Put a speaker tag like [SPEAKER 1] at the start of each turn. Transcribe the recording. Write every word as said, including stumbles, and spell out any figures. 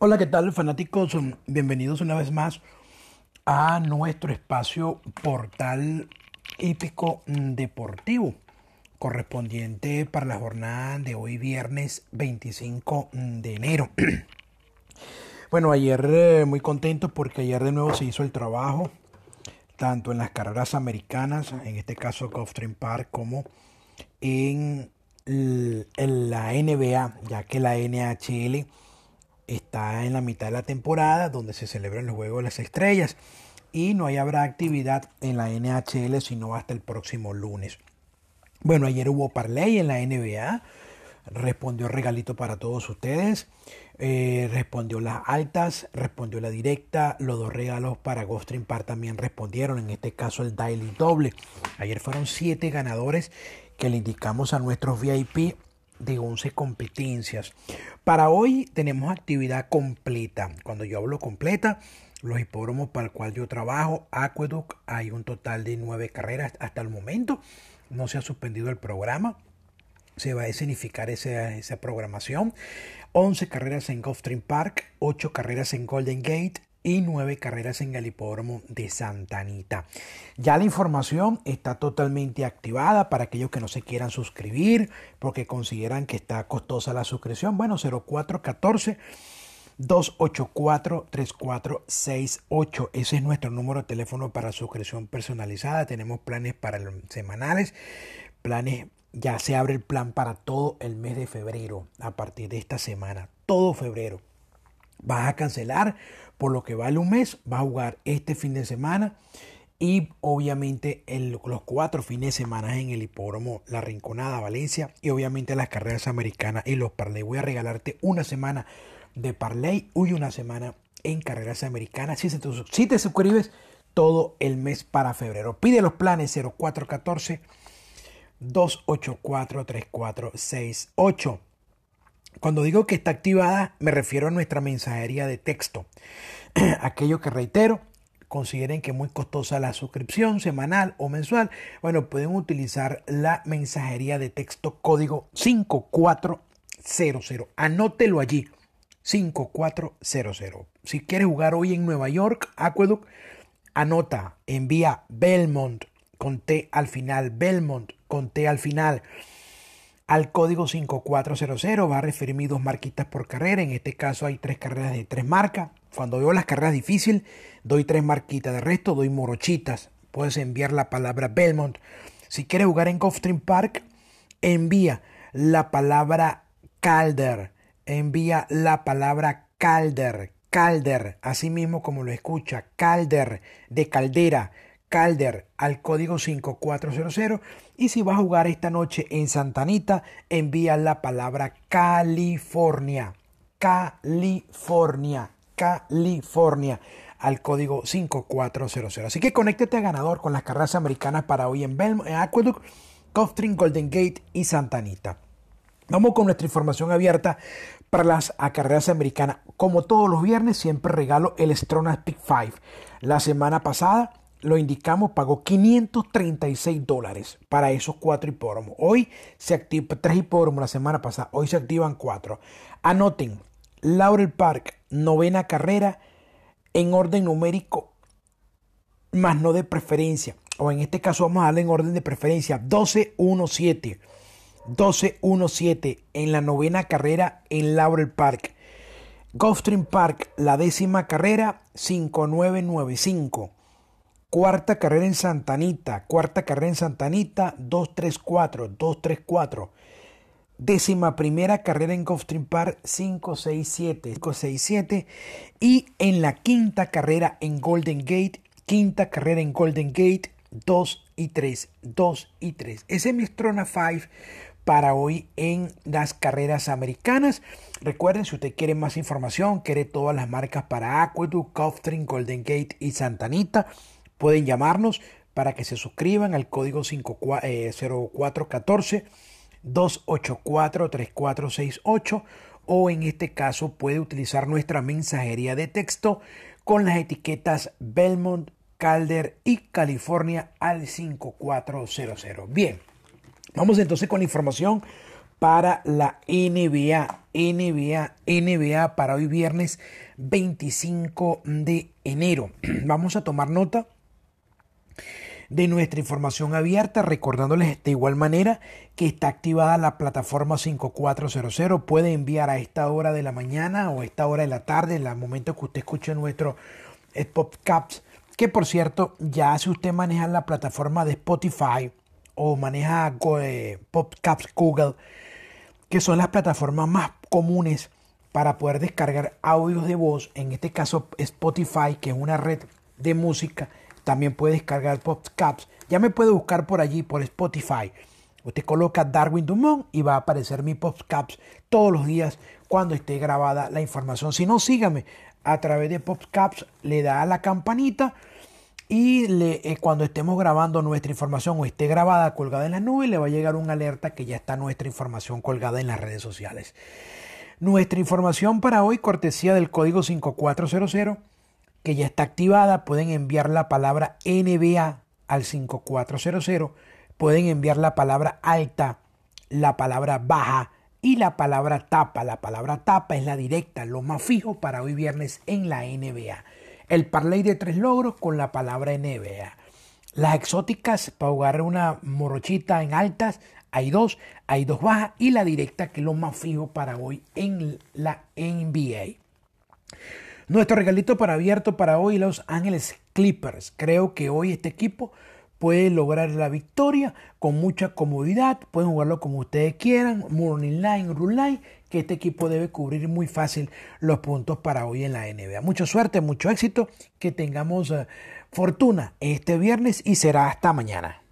[SPEAKER 1] Hola, ¿qué tal, fanáticos? Bienvenidos una vez más a nuestro espacio Portal Hípico Deportivo, correspondiente para la jornada de hoy, viernes veinticinco de enero. Bueno, ayer eh, muy contento porque ayer de nuevo se hizo el trabajo, tanto en las carreras americanas, en este caso Gulfstream Park, como en, el- en la N B A, ya que la N H L está en la mitad de la temporada donde se celebran los Juegos de las Estrellas y no hay habrá actividad en la N H L sino hasta el próximo lunes. Bueno, ayer hubo parlay en la N B A, respondió regalito para todos ustedes, eh, respondió las altas, respondió la directa, los dos regalos para Gulfstream Park también respondieron, en este caso el Daily Doble. Ayer fueron siete ganadores que le indicamos a nuestros V I P de once competencias. Para hoy tenemos actividad completa. Cuando yo hablo completa, los hipódromos para el cual yo trabajo, Aqueduct, hay un total de nueve carreras hasta el momento. No se ha suspendido el programa. Se va a escenificar esa, esa programación. once carreras en Gulfstream Park, ocho carreras en Golden Gate y nueve carreras en el hipódromo de Santa Anita. Ya la información está totalmente activada para aquellos que no se quieran suscribir porque consideran que está costosa la suscripción. Bueno, cero cuatro uno cuatro, dos ocho cuatro, tres cuatro seis ocho. Ese es nuestro número de teléfono para suscripción personalizada. Tenemos planes para los semanales, planes. Ya se abre el plan para todo el mes de febrero a partir de esta semana. Todo febrero. Vas a cancelar por lo que vale un mes. Vas a jugar este fin de semana. Y obviamente el, los cuatro fines de semana en el hipódromo La Rinconada, Valencia. Y obviamente las carreras americanas y los parlay. Voy a regalarte una semana de parlay y una semana en carreras americanas. Si, se te, si te suscribes todo el mes para febrero. Pide los planes cero cuatro uno cuatro, dos ocho cuatro, tres cuatro seis ocho. Cuando digo que está activada, me refiero a nuestra mensajería de texto. Aquello que reitero, consideren que es muy costosa la suscripción semanal o mensual. Bueno, pueden utilizar la mensajería de texto código cinco cuatro cero cero. Anótelo allí. cinco cuatro cero cero. Si quieres jugar hoy en Nueva York, Aqueduct, anota, envía Belmont con T al final, Belmont con T al final, al código cinco cuatro cero cero. Va a referir mis dos marquitas por carrera. En este caso hay tres carreras de tres marcas. Cuando veo las carreras difíciles, doy tres marquitas. De resto, doy morochitas. Puedes enviar la palabra Belmont. Si quieres jugar en Gulfstream Park, envía la palabra Calder. Envía la palabra Calder. Calder, así mismo como lo escucha, Calder, de caldera. Calder al código cinco cuatro cero cero. Y si vas a jugar esta noche en Santa Anita, envía la palabra California. California. California al código cinco cuatro cero cero. Así que conéctate a ganador con las carreras americanas para hoy en Belmont, en Aqueduct, Gulfstream, Golden Gate y Santa Anita. Vamos con nuestra información abierta para las carreras americanas. Como todos los viernes, siempre regalo el Stronach Pick cinco. La semana pasada lo indicamos, pagó quinientos treinta y seis dólares para esos cuatro hipódromos. Hoy se activan tres hipódromos la semana pasada, hoy se activan cuatro. Anoten, Laurel Park, novena carrera, en orden numérico, más no de preferencia. O en este caso vamos a darle en orden de preferencia, doce uno siete. doce uno siete en la novena carrera en Laurel Park. Gulfstream Park, la décima carrera, cinco nueve nueve cinco. Cuarta carrera en Santa Anita, cuarta carrera en Santa Anita, dos tres cuatro, dos tres cuatro. Décima primera carrera en Gulfstream Park, cinco seis siete, cinco seis siete. Y en la quinta carrera en Golden Gate, quinta carrera en Golden Gate, dos y tres, dos y tres. Ese es mi Stronach cinco para hoy en las carreras americanas. Recuerden, si usted quiere más información, quiere todas las marcas para Aqueduct, Gulfstream, Golden Gate y Santa Anita, pueden llamarnos para que se suscriban al código cero cuatro uno cuatro, dos ocho cuatro, tres cuatro seis ocho, o en este caso puede utilizar nuestra mensajería de texto con las etiquetas Belmont, Calder y California al cinco cuatro cero cero. Bien, vamos entonces con la información para la N B A. N B A, N B A para hoy viernes veinticinco de enero. Vamos a tomar nota de nuestra información abierta, recordándoles de igual manera que está activada la plataforma cinco cuatro cero cero. Puede enviar a esta hora de la mañana o a esta hora de la tarde, en el momento que usted escuche nuestro eh, podcast, que por cierto, ya si usted maneja la plataforma de Spotify o maneja eh, podcast Google, que son las plataformas más comunes para poder descargar audios de voz, en este caso Spotify, que es una red de música, también puede descargar podcasts. Ya me puede buscar por allí, por Spotify. Usted coloca Darwin Dumont y va a aparecer mi podcast todos los días cuando esté grabada la información. Si no, sígame a través de podcasts, le da a la campanita y le, eh, cuando estemos grabando nuestra información o esté grabada, colgada en la nube, le va a llegar una alerta que ya está nuestra información colgada en las redes sociales. Nuestra información para hoy, cortesía del código cinco cuatro cero cero, que ya está activada. Pueden enviar la palabra N B A al cinco cuatro cero cero. Pueden enviar la palabra alta, la palabra baja y la palabra tapa. La palabra tapa es la directa, lo más fijo para hoy viernes en la N B A. El parlay de tres logros con la palabra N B A. Las exóticas para jugar una morochita en altas, hay dos, hay dos bajas y la directa, que es lo más fijo para hoy en la N B A. Nuestro regalito para abierto para hoy, Los Ángeles Clippers. Creo que hoy este equipo puede lograr la victoria con mucha comodidad. Pueden jugarlo como ustedes quieran, morning line, run line, que este equipo debe cubrir muy fácil los puntos para hoy en la N B A. Mucha suerte, mucho éxito, que tengamos uh, fortuna este viernes y será hasta mañana.